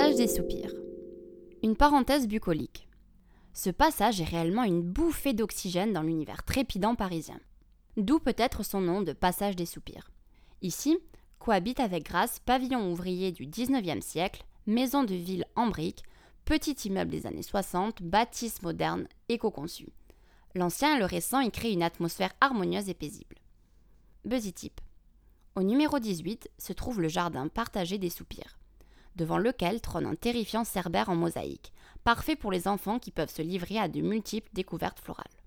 Passage des soupirs. Une parenthèse bucolique. Ce passage est réellement une bouffée d'oxygène dans l'univers trépidant parisien. D'où peut-être son nom de Passage des soupirs. Ici, cohabite avec grâce pavillon ouvrier du 19e siècle, maison de ville en briques, petit immeuble des années 60, bâtisse moderne, éco-conçue. L'ancien et le récent y créent une atmosphère harmonieuse et paisible. Buzzy Tip. Au numéro 18 se trouve le jardin partagé des soupirs, devant lequel trône un terrifiant cerbère en mosaïque, parfait pour les enfants qui peuvent se livrer à de multiples découvertes florales.